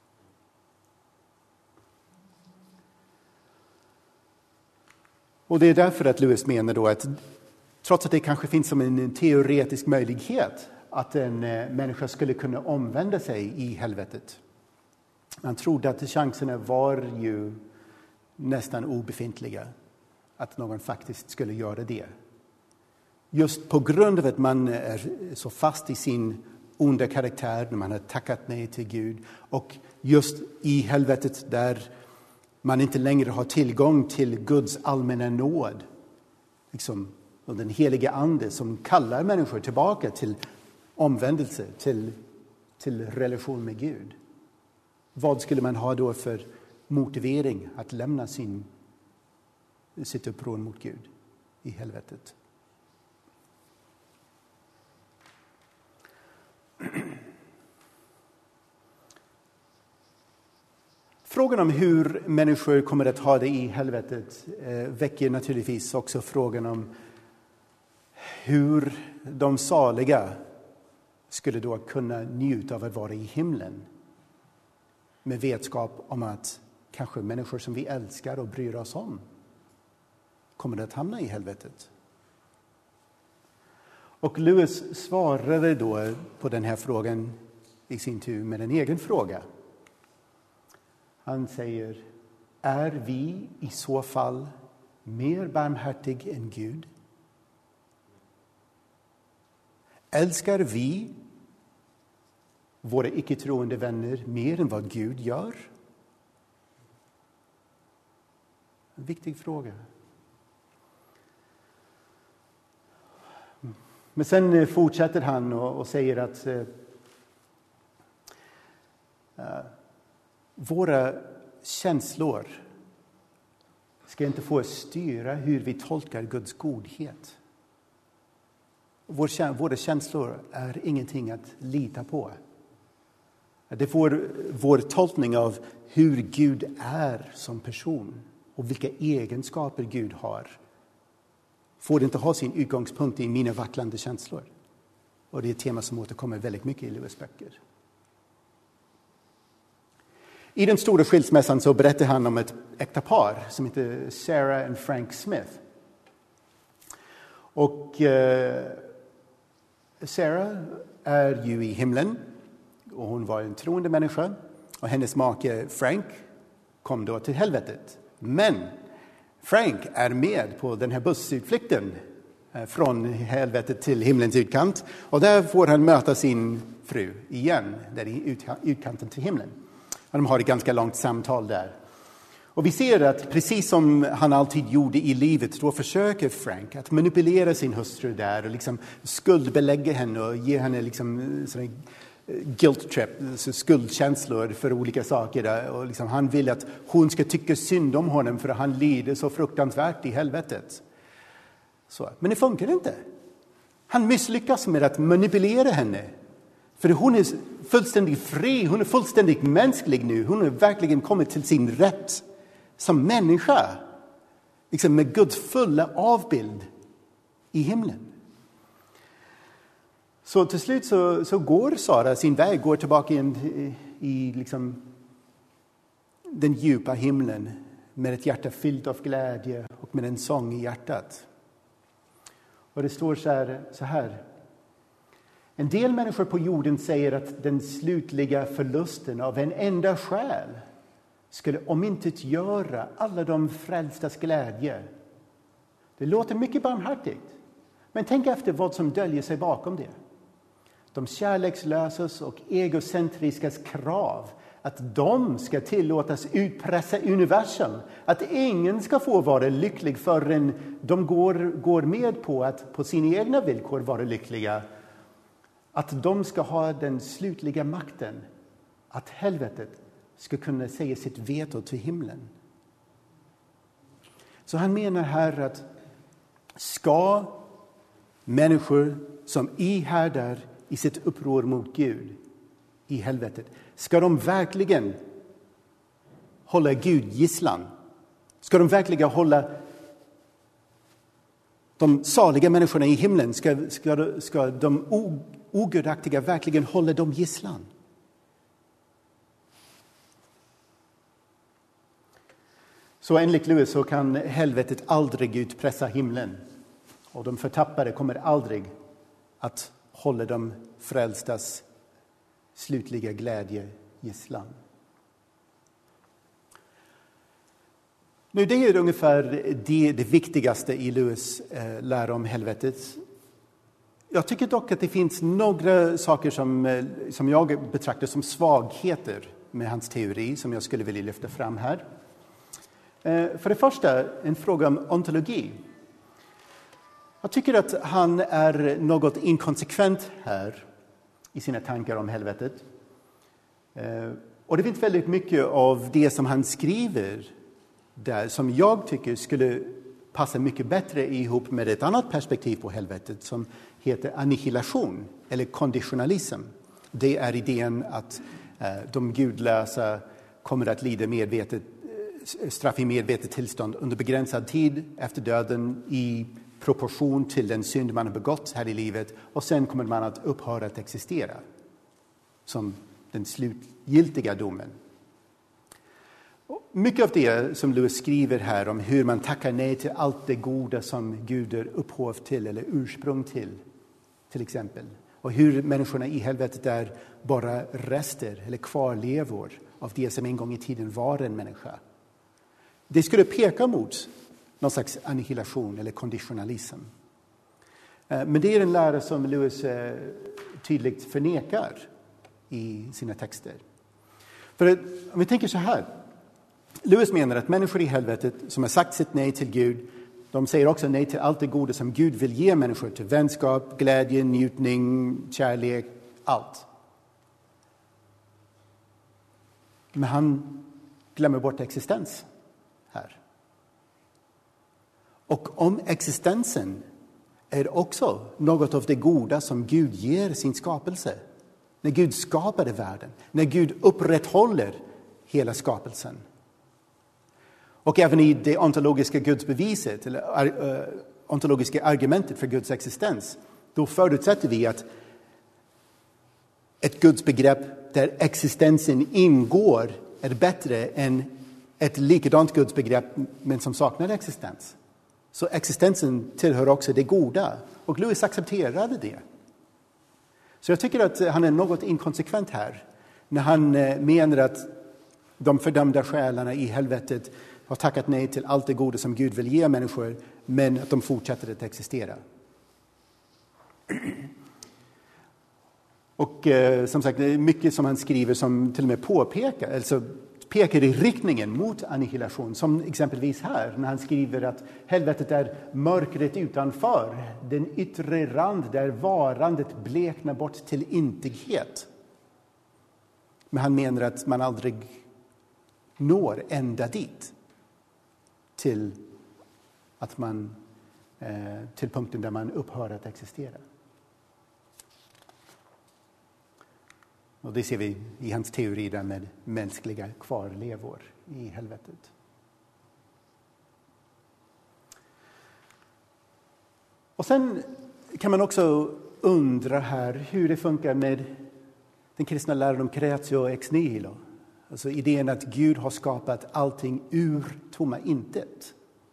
Och det är därför att Lewis menar då att trots att det kanske finns som en teoretisk möjlighet att en människa skulle kunna omvända sig i helvetet. Man trodde att chanserna var ju nästan obefintliga att någon faktiskt skulle göra det. Just på grund av att man är så fast i sin onda karaktär när man har tackat nej till Gud. Och just i helvetet där man inte längre har tillgång till Guds allmänna nåd. Liksom, och den heliga ande som kallar människor tillbaka till omvändelse, till, till relation med Gud. Vad skulle man ha då för motivering att lämna sin, sitt uppror mot Gud i helvetet? Frågan om hur människor kommer att ha det i helvetet eh, väcker naturligtvis också frågan om hur de saliga skulle då kunna njuta av att vara i himlen. Med vetskap om att kanske människor som vi älskar och bryr oss om kommer att hamna i helvetet. Och Lewis svarade då på den här frågan i sin tur med en egen fråga. Han säger, är vi i så fall mer barmhärtig än Gud? Älskar vi våra icke-troende vänner mer än vad Gud gör? En viktig fråga. Men sen fortsätter han och, och säger att uh, uh, våra känslor ska inte få styra hur vi tolkar Guds godhet. Vår, våra känslor är ingenting att lita på. Det får vår tolkning av hur Gud är som person och vilka egenskaper Gud har. Får det inte ha sin utgångspunkt i mina vacklande känslor. Och det är ett tema som återkommer väldigt mycket i Lewis böcker. I den stora skilsmässan så berättar han om ett äkta par som heter Sarah och Frank Smith. Och eh, Sarah är ju i himlen och hon var en troende människa. Och hennes make Frank kom då till helvetet. Men Frank är med på den här bussutflykten från helvetet till himlens utkant. Och där får han möta sin fru igen, där i utkanten till himlen. Och de har ett ganska långt samtal där. Och vi ser att precis som han alltid gjorde i livet, då försöker Frank att manipulera sin hustru där och liksom skuldbelägga henne och ge henne liksom sådana guilt trip, så skuldkänslor för olika saker där. Och liksom han vill att hon ska tycka synd om honom för att han lider så fruktansvärt i helvetet. Så. Men det funkar inte. Han misslyckas med att manipulera henne. För hon är fullständigt fri, hon är fullständigt mänsklig nu. Hon har verkligen kommit till sin rätt som människa. Liksom med Guds fulla avbild i himlen. Så till slut så, så går Sara sin väg, går tillbaka in i, i liksom den djupa himlen med ett hjärta fyllt av glädje och med en sång i hjärtat. Och det står så här, så här. En del människor på jorden säger att den slutliga förlusten av en enda själ skulle omintetgöra alla de frälstas glädje. Det låter mycket barmhärtigt. Men tänk efter vad som döljer sig bakom det. De kärlekslösas och egocentriskas krav att de ska tillåtas utpressa universum. Att ingen ska få vara lycklig förrän de går, går med på att på sina egna villkor vara lyckliga. Att de ska ha den slutliga makten. Att helvetet ska kunna säga sitt veto till himlen. Så han menar här att ska människor som ihärdar i sitt uppror mot Gud i helvetet, ska de verkligen hålla Gud gisslan? Ska de verkligen hålla de saliga människorna i himlen, ska, ska, ska de ogudaktiga verkligen hålla dem gisslan? Så enligt Lewis så kan helvetet aldrig utpressa himlen. Och de förtappade kommer aldrig att hålla de frälstas slutliga glädje gisslan. Nu det är ungefär det, det viktigaste i Lewis eh, lära om helvetet. Jag tycker dock att det finns några saker som, eh, som jag betraktar som svagheter med hans teori som jag skulle vilja lyfta fram här. Eh, för det första en fråga om ontologi. Jag tycker att han är något inkonsekvent här i sina tankar om helvetet. Eh, och det finns väldigt mycket av det som han skriver där som jag tycker skulle passa mycket bättre ihop med ett annat perspektiv på helvetet som heter annihilation eller konditionalism. Det är idén att eh, de gudlösa kommer att lida medvetet, straff i medvetet tillstånd under begränsad tid efter döden i proportion till den synd man har begått här i livet, och sen kommer man att upphöra att existera som den slutgiltiga domen. Mycket av det som Lewis skriver här om hur man tackar nej till allt det goda som Gud är upphov till eller ursprung till, till exempel, och och hur människorna i helvetet är bara rester eller kvarlevor av det som en gång i tiden var en människa. Det skulle peka mot någon slags annihilation eller konditionalism. Men det är en lära som Lewis tydligt förnekar i sina texter. För om vi tänker så här. Lewis menar att människor i helvetet som har sagt sitt nej till Gud, de säger också nej till allt det goda som Gud vill ge människor, till vänskap, glädje, njutning, kärlek, allt. Men han glömmer bort existens här. Och om existensen är också något av det goda som Gud ger sin skapelse. När Gud skapade världen, när Gud upprätthåller hela skapelsen. Och även i det ontologiska gudsbeviset, eller uh, ontologiska argumentet för Guds existens, då förutsätter vi att ett gudsbegrepp där existensen ingår är bättre än ett likadant gudsbegrepp men som saknar existens. Så existensen tillhör också det goda. Och Lewis accepterade det. Så jag tycker att han är något inkonsekvent här. När han menar att de fördömda själarna i helvetet har tackat nej till allt det goda som Gud vill ge människor. Men att de fortsätter att existera. Och eh, som sagt, det är mycket som han skriver som till och med påpekar. Alltså pekar i riktningen mot annihilation. Som exempelvis här när han skriver att helvetet är mörkret utanför. Den yttre rand där varandet bleknar bort till intighet. Men han menar att man aldrig når ända dit. Till att man eh, till punkten där man upphör att existera. Och det ser vi i hans teori där med mänskliga kvarlevor i helvetet. Och sen kan man också undra här hur det funkar med den kristna läran om creatio ex nihilo. Alltså idén att Gud har skapat allting ur tomma intet.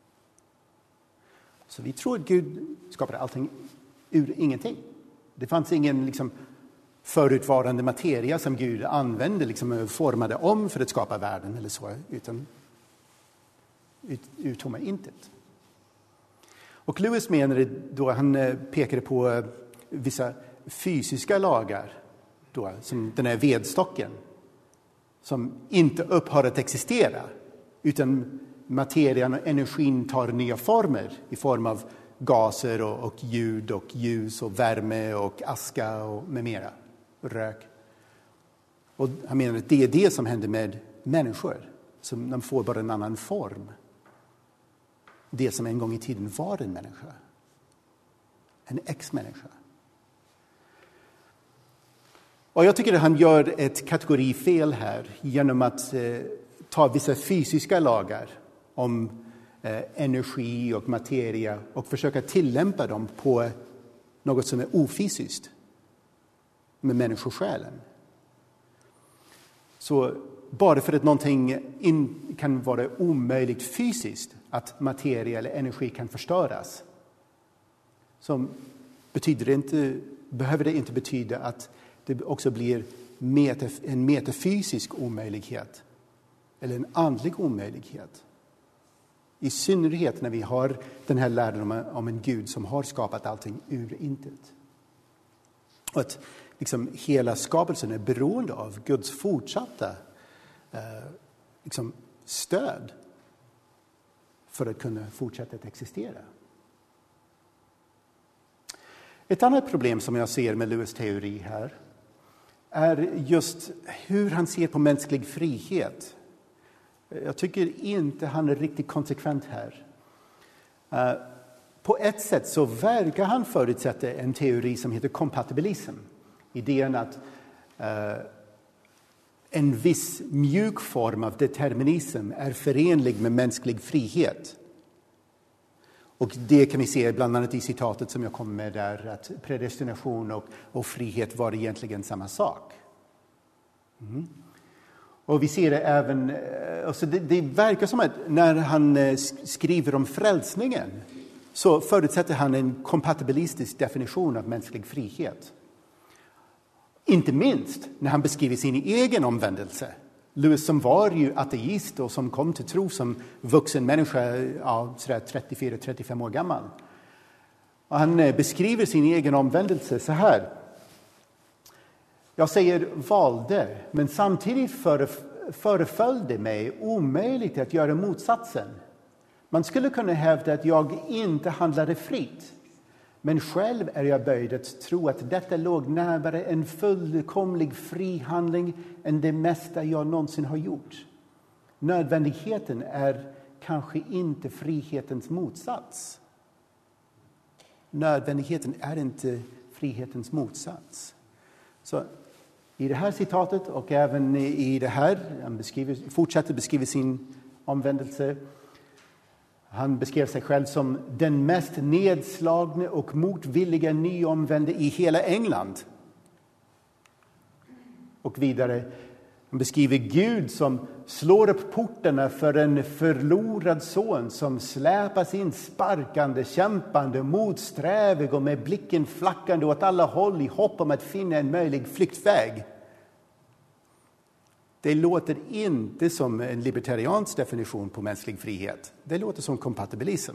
Så vi tror att Gud skapade allting ur ingenting. Det fanns ingen liksom förutvarande materia som Gud använde, liksom formade om för att skapa världen eller så, utan ut, ur tomma intet. Och Lewis menade då, han pekade på vissa fysiska lagar, då, som den här vedstocken, som inte upphör att existera, utan materian och energin tar nya former i form av gaser och, och ljud och ljus och värme och aska och med mera. Rök. Och han menar att det är det som händer med människor. Som de får bara en annan form. Det som en gång i tiden var en människa. En ex-människa. Och jag tycker att han gör ett kategorifel här. Genom att eh, ta vissa fysiska lagar. Om eh, energi och materia. Och försöka tillämpa dem på något som är ofysiskt. Med människosjälen. Så bara för att någonting in, kan vara omöjligt fysiskt, att materia eller energi kan förstöras, så betyder det inte, behöver det inte betyda att det också blir metaf, en metafysisk omöjlighet eller en andlig omöjlighet. I synnerhet när vi har den här läran om, om en Gud som har skapat allting ur intet. Och att liksom hela skapelsen är beroende av Guds fortsatta eh, liksom stöd för att kunna fortsätta att existera. Ett annat problem som jag ser med Lewis teori här är just hur han ser på mänsklig frihet. Jag tycker inte han är riktigt konsekvent här. Uh, på ett sätt så verkar han förutsätta en teori som heter kompatibilism. Idén att uh, en viss mjuk form av determinism är förenlig med mänsklig frihet. Och det kan vi se bland annat i citatet som jag kom med där, att predestination och, och frihet var egentligen samma sak. Mm. Och vi ser det även, alltså det, det verkar som att när han skriver om frälsningen så förutsätter han en kompatibilistisk definition av mänsklig frihet. Inte minst när han beskriver sin egen omvändelse. Lewis som var ju ateist och som kom till tro som vuxen människa, ja, trettiofyra till trettiofem år gammal. Och han beskriver sin egen omvändelse så här. Jag säger valde, men samtidigt föreföll det mig omöjligt att göra motsatsen. Man skulle kunna hävda att jag inte handlade fritt. Men själv är jag böjd att tro att detta låg närmare en fullkomlig frihandling än det mesta jag någonsin har gjort. Nödvändigheten är kanske inte frihetens motsats. Nödvändigheten är inte frihetens motsats. Så i det här citatet och även i det här, han beskriver, fortsätter beskriva sin omvändelse. Han beskrev sig själv som den mest nedslagne och motvilliga nyomvände i hela England. Och vidare, han beskriver Gud som slår upp portarna för en förlorad son som släpas in sparkande, kämpande, motsträvig och med blicken flackande åt alla håll i hopp om att finna en möjlig flyktväg. Det låter inte som en libertariansk definition på mänsklig frihet. Det låter som kompatibilism.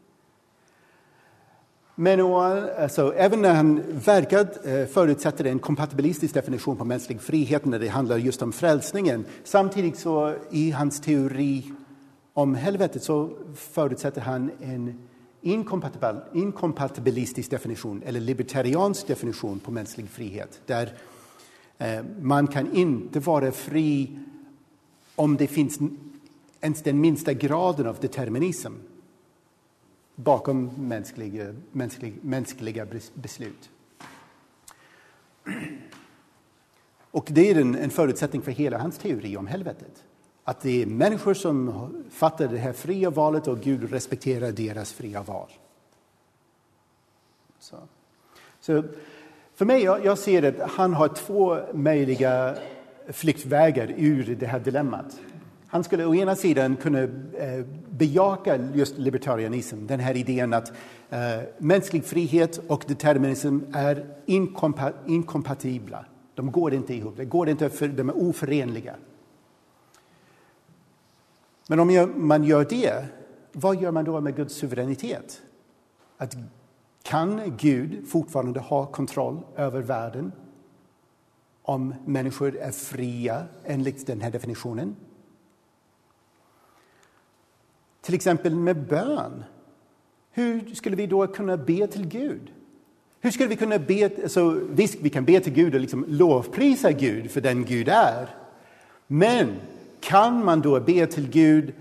Men alltså, även när han verkar förutsätter en kompatibilistisk definition på mänsklig frihet när det handlar just om frälsningen. Samtidigt så i hans teori om helvetet så förutsätter han en inkompatibel, inkompatibilistisk definition eller libertariansk definition på mänsklig frihet. Där eh, man kan inte vara fri om det finns ens den minsta graden av determinism bakom mänskliga, mänskliga, mänskliga beslut. Och det är en, en förutsättning för hela hans teori om helvetet. Att det är människor som fattar det här fria valet och Gud respekterar deras fria val. Så, Så för mig, jag, jag ser att han har två möjliga flyktvägar ur det här dilemmat. Han skulle å ena sidan kunna eh, bejaka just libertarianism, den här idén att eh, mänsklig frihet och determinism är inkompa- inkompatibla. De går inte ihop, det går inte för, de är oförenliga. Men om man gör det, vad gör man då med Guds suveränitet? Att kan Gud fortfarande ha kontroll över världen om människor är fria enligt den här definitionen? Till exempel med bön. Hur skulle vi då kunna be till Gud? Hur skulle vi kunna be? Alltså, visst, vi kan be till Gud och liksom lovprisa Gud för den Gud är. Men kan man då be till Gud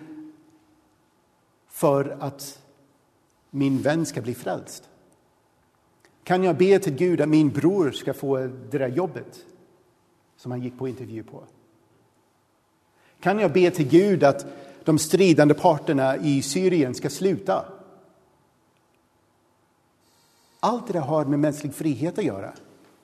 för att min vän ska bli frälst? Kan jag be till Gud att min bror ska få det där jobbet som han gick på intervju på? Kan jag be till Gud att de stridande parterna i Syrien ska sluta? Allt det har med mänsklig frihet att göra.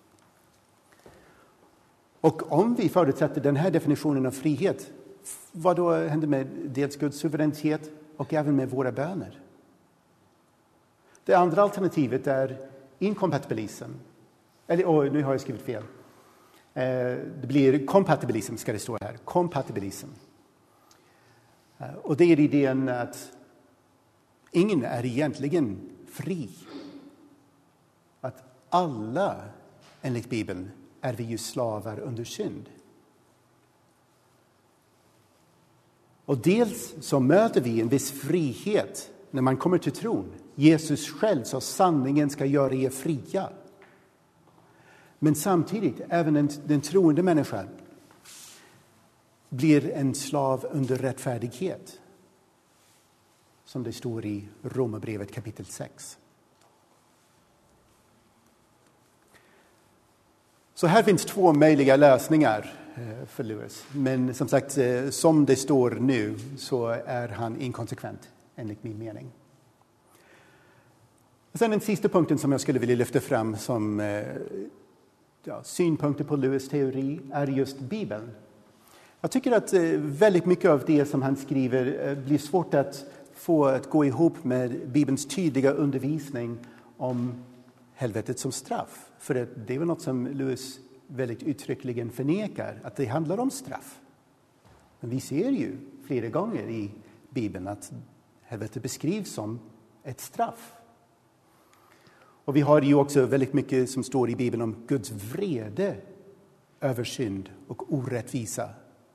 Och om vi förutsätter den här definitionen av frihet, vad då händer med dels Guds suveränitet och även med våra böner? Det andra alternativet är inkompatibilism. Eller, oh, nu har jag skrivit fel. Eh, det blir kompatibilism, ska det stå här. Kompatibilism. Eh, och det är idén att ingen är egentligen fri. Att alla, enligt Bibeln, är vi ju slavar under synd. Och dels så möter vi en viss frihet när man kommer till tron. Jesus själv sa sanningen ska göra er fria. Men samtidigt, även den, den troende människan blir en slav under rättfärdighet. Som det står i Romarbrevet kapitel sex. Så här finns två möjliga lösningar för Lewis. Men som sagt, som det står nu så är han inkonsekvent enligt min mening. Och sen den sista punkten som jag skulle vilja lyfta fram som ja, synpunkter på Lewis teori är just Bibeln. Jag tycker att väldigt mycket av det som han skriver blir svårt att få att gå ihop med Bibelns tydliga undervisning om helvetet som straff. För det är väl något som Lewis väldigt uttryckligen förnekar att det handlar om straff. Men vi ser ju flera gånger i Bibeln att helvetet beskrivs som ett straff. Och vi har ju också väldigt mycket som står i Bibeln om Guds vrede över synd och orättvisa.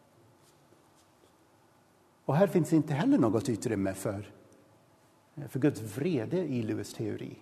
Och här finns inte heller något utrymme för, för Guds vrede i Lewis teori.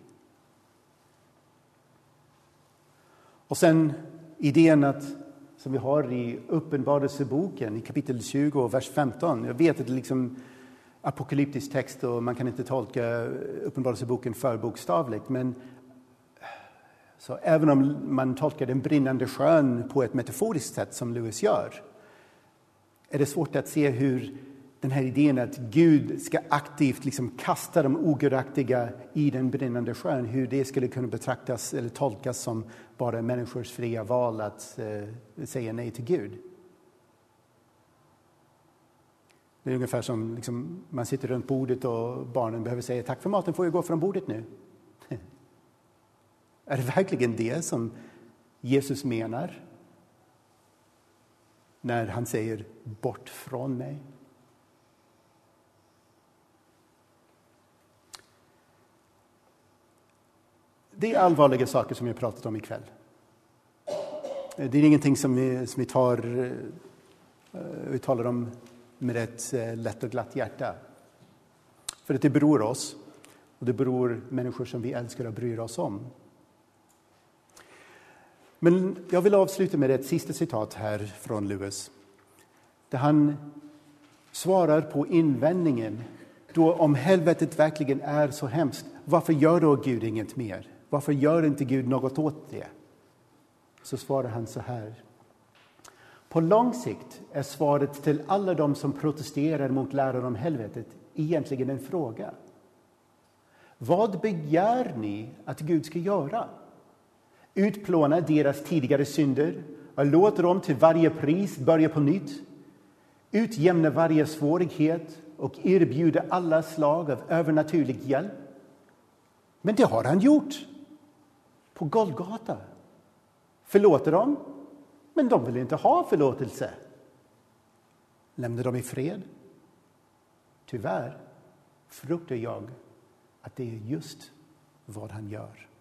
Och sen idén att, som vi har i Uppenbarelseboken i kapitel tjugo, vers femton. Jag vet att det är liksom apokalyptisk text och man kan inte tolka Uppenbarelseboken för bokstavligt. Men så även om man tolkar den brinnande sjön på ett metaforiskt sätt som Lewis gör, är det svårt att se hur den här idén att Gud ska aktivt liksom kasta de ogudaktiga i den brinnande sjön, hur det skulle kunna betraktas eller tolkas som bara människors fria val att eh, säga nej till Gud. Det är ungefär som liksom, man sitter runt bordet och barnen behöver säga tack för maten, får jag gå från bordet nu? Är det verkligen det som Jesus menar när han säger bort från mig? Det är allvarliga saker som jag pratat om ikväll. Det är ingenting som vi, som vi tar vi talar om med ett lätt och glatt hjärta. För att det beror oss och det beror människor som vi älskar och bryr oss om. Men jag vill avsluta med ett sista citat här från Lewis. Där han svarar på invändningen. Då om helvetet verkligen är så hemskt, varför gör då Gud inget mer? Varför gör inte Gud något åt det? Så svarar han så här. På lång sikt är svaret till alla de som protesterar mot läran om helvetet egentligen en fråga. Vad begär ni att Gud ska göra? Utplåna deras tidigare synder och låta dem till varje pris börja på nytt. Utjämna varje svårighet och erbjuda alla slag av övernaturlig hjälp. Men det har han gjort på Golgata. Förlåter dem, men de vill inte ha förlåtelse. Lämna dem i fred. Tyvärr fruktar jag att det är just vad han gör.